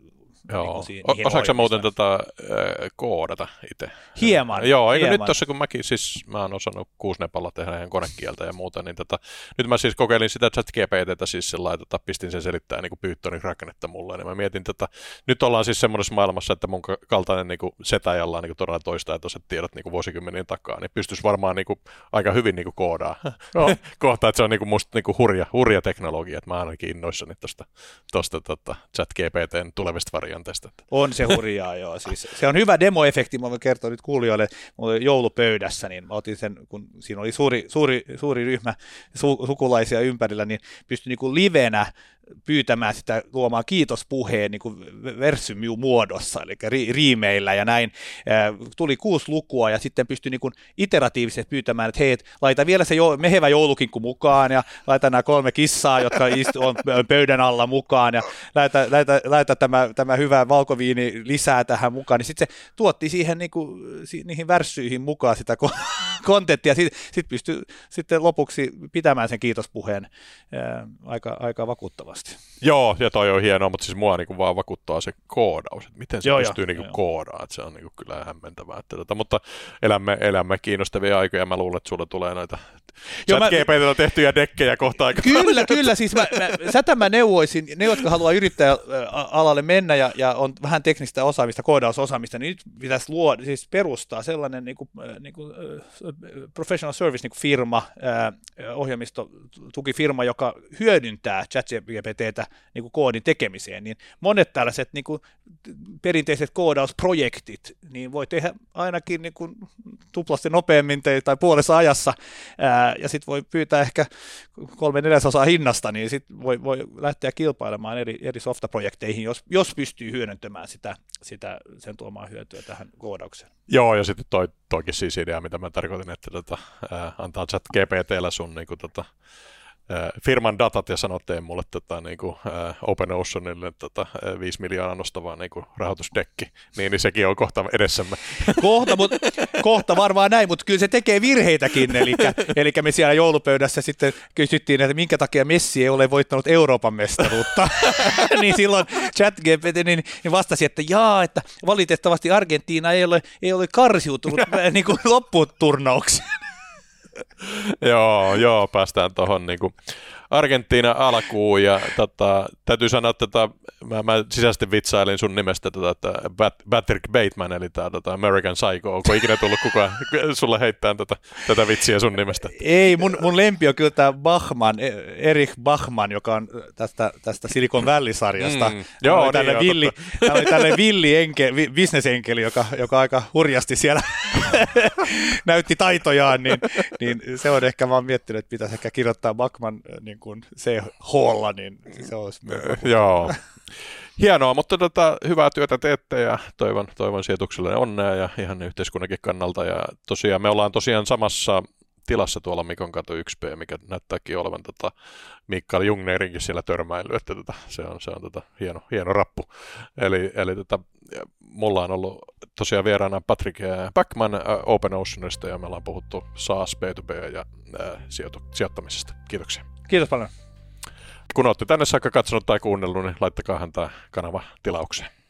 Joo. Niin o- osaatko muuten tätä äh, koodata itse?
Hieman.
Joo, eikö
hieman.
nyt tuossa kun mäkin, siis mä oon osannut kuusnepalla tehdä ihan konekieltä ja muuta, niin tota, nyt mä siis kokeilin sitä ChatGPTtä siis sellainen, tota, pistin sen selittää niin kuin Pythonin rakennetta mulle, niin mä mietin, että nyt ollaan siis semmoisessa maailmassa, että mun kaltainen niin kuin setä, jolla on niin kuin todella toista, että tiedot niin kuin vuosikymmenien takaa, niin pystyisi varmaan niin kuin aika hyvin niin kuin koodaa no. kohta, että se on niin kuin musta niin kuin hurja, hurja teknologia, että mä ainakin innoissani tuosta, tuosta tota, ChatGPTn tulevista varianteista.
On se hurjaa, joo. Siis se on hyvä demoefekti, mä voin kertoa nyt kuulijoille, mulla oli joulupöydässä, niin mä otin sen, kun siinä oli suuri, suuri, suuri ryhmä su, sukulaisia ympärillä, niin pystyi niin kuin livenä pyytämään sitä luomaan kiitospuheen niin kuin verssymuodossa, eli ri, riimeillä ja näin. Tuli kuusi lukua ja sitten pystyi niin kuin iteratiivisesti pyytämään, että hei, et, laita vielä se jo, mehevä joulukinkku mukaan ja laita nämä kolme kissaa, jotka istu, on pöydän alla mukaan ja laita, laita, laita tämä, tämä hyvä valkoviini lisää tähän mukaan. Niin sitten se tuotti siihen niin kuin, niihin värssyihin mukaan sitä kontenttia ja sitten sit pystyi sitten lopuksi pitämään sen kiitospuheen ää, aika, aika vakuuttavasti.
Joo, ja toi on hienoa, mutta siis mua niinku vaan vakuuttaa se koodaus, että miten se
joo,
pystyy
jo,
niinku
jo.
koodaamaan, että se on niinku kyllä hämmentävää. Että tota, mutta elämme, elämme kiinnostavia aikoja, mä luulen, että sulle tulee noita ChatGPT:llä tehtyjä dekkejä kohta aika
Kyllä,
paljon.
kyllä, siis mä, mä, sätä mä neuvoisin, ne jotka haluaa yrittäjäalalle mennä ja, ja on vähän teknistä osaamista, koodausosaamista, niin nyt pitäisi luoda, siis perustaa sellainen niin kuin, niin kuin, professional service niin kuin firma, ohjelmistotukifirma, joka hyödyntää ChatGPT:tä niin kuin koodin tekemiseen, niin monet tällaiset niin kuin perinteiset koodausprojektit, niin voi tehdä ainakin niin kuin tuplasti nopeammin tai puolessa ajassa, ää, ja sitten voi pyytää ehkä kolme neljäsosaa hinnasta, niin sitten voi, voi lähteä kilpailemaan eri, eri softaprojekteihin, jos, jos pystyy hyödyntämään sitä, sitä, sen tuomaan hyötyä tähän koodaukseen.
Joo, ja sitten toi, toikin siis idea, mitä mä tarkoitin, että tota, ää, antaa ChatGPT:llä sun niinku, tota, firman datat ja sanotte mulle tota, niin kuin, ä, OpenOceanille tota, viisi miljoonaa nostava niin kuin, rahoitusdekki, niin, niin sekin on kohta edessämme.
Kohta, mut, kohta varmaan näin, mutta kyllä se tekee virheitäkin, eli, eli me siellä joulupöydässä sitten kysyttiin, että minkä takia Messi ei ole voittanut Euroopan mestaruutta, niin silloin ChatGPT niin, niin vastasi, että jaa, että valitettavasti Argentiina ei ole, ei ole karsiutunut niin kuin lopputurnaukseen.
joo, joo, päästään tuohon niin Argentiina alkuun ja tota, täytyy sanoa, että tota, mä, mä sisäisesti vitsailin sun nimestä, tota, että Patrick Bateman, eli tämä tota American Psycho, onko ikinä tullut kukaan sulle heittämään tätä, tätä vitsiä sun nimestä?
Ei, mun, mun lempi on kyllä tämä Bachman, Erich Bachman, joka on tästä, tästä Silicon Valley-sarjasta. Mm,
joo,
oli tällainen
niin,
villi, oli tällainen villi enke, bisnesenkeli, joka, joka aika hurjasti siellä näytti taitojaan, niin, niin se on ehkä, mä oon miettinyt, että pitäisi ehkä kirjoittaa Bachman niin kuin C H:lla, niin se olisi myös.
Joo. Hienoa, mutta tota, hyvää työtä teette ja toivon, toivon sijoitukselle onnea ja ihan yhteiskunnankin kannalta. Ja tosiaan me ollaan tosiaan samassa tilassa tuolla Mikon katu yksi B, mikä näyttääkin olevan tota, Mikael Jungnerinkin siellä törmäily, että tota, se on, se on tota, hieno, hieno rappu. Eli, eli tota, mulla on ollut tosiaan vieraana Patrick Backman OpenOceanista ja me ollaan puhuttu SaaS, B two B ja ää, sijoitu, sijoittamisesta. Kiitoksia.
Kiitos paljon.
Kun olette tänne saakka katsonut tai kuunnellut, niin laittakaahan tämä kanava tilaukseen.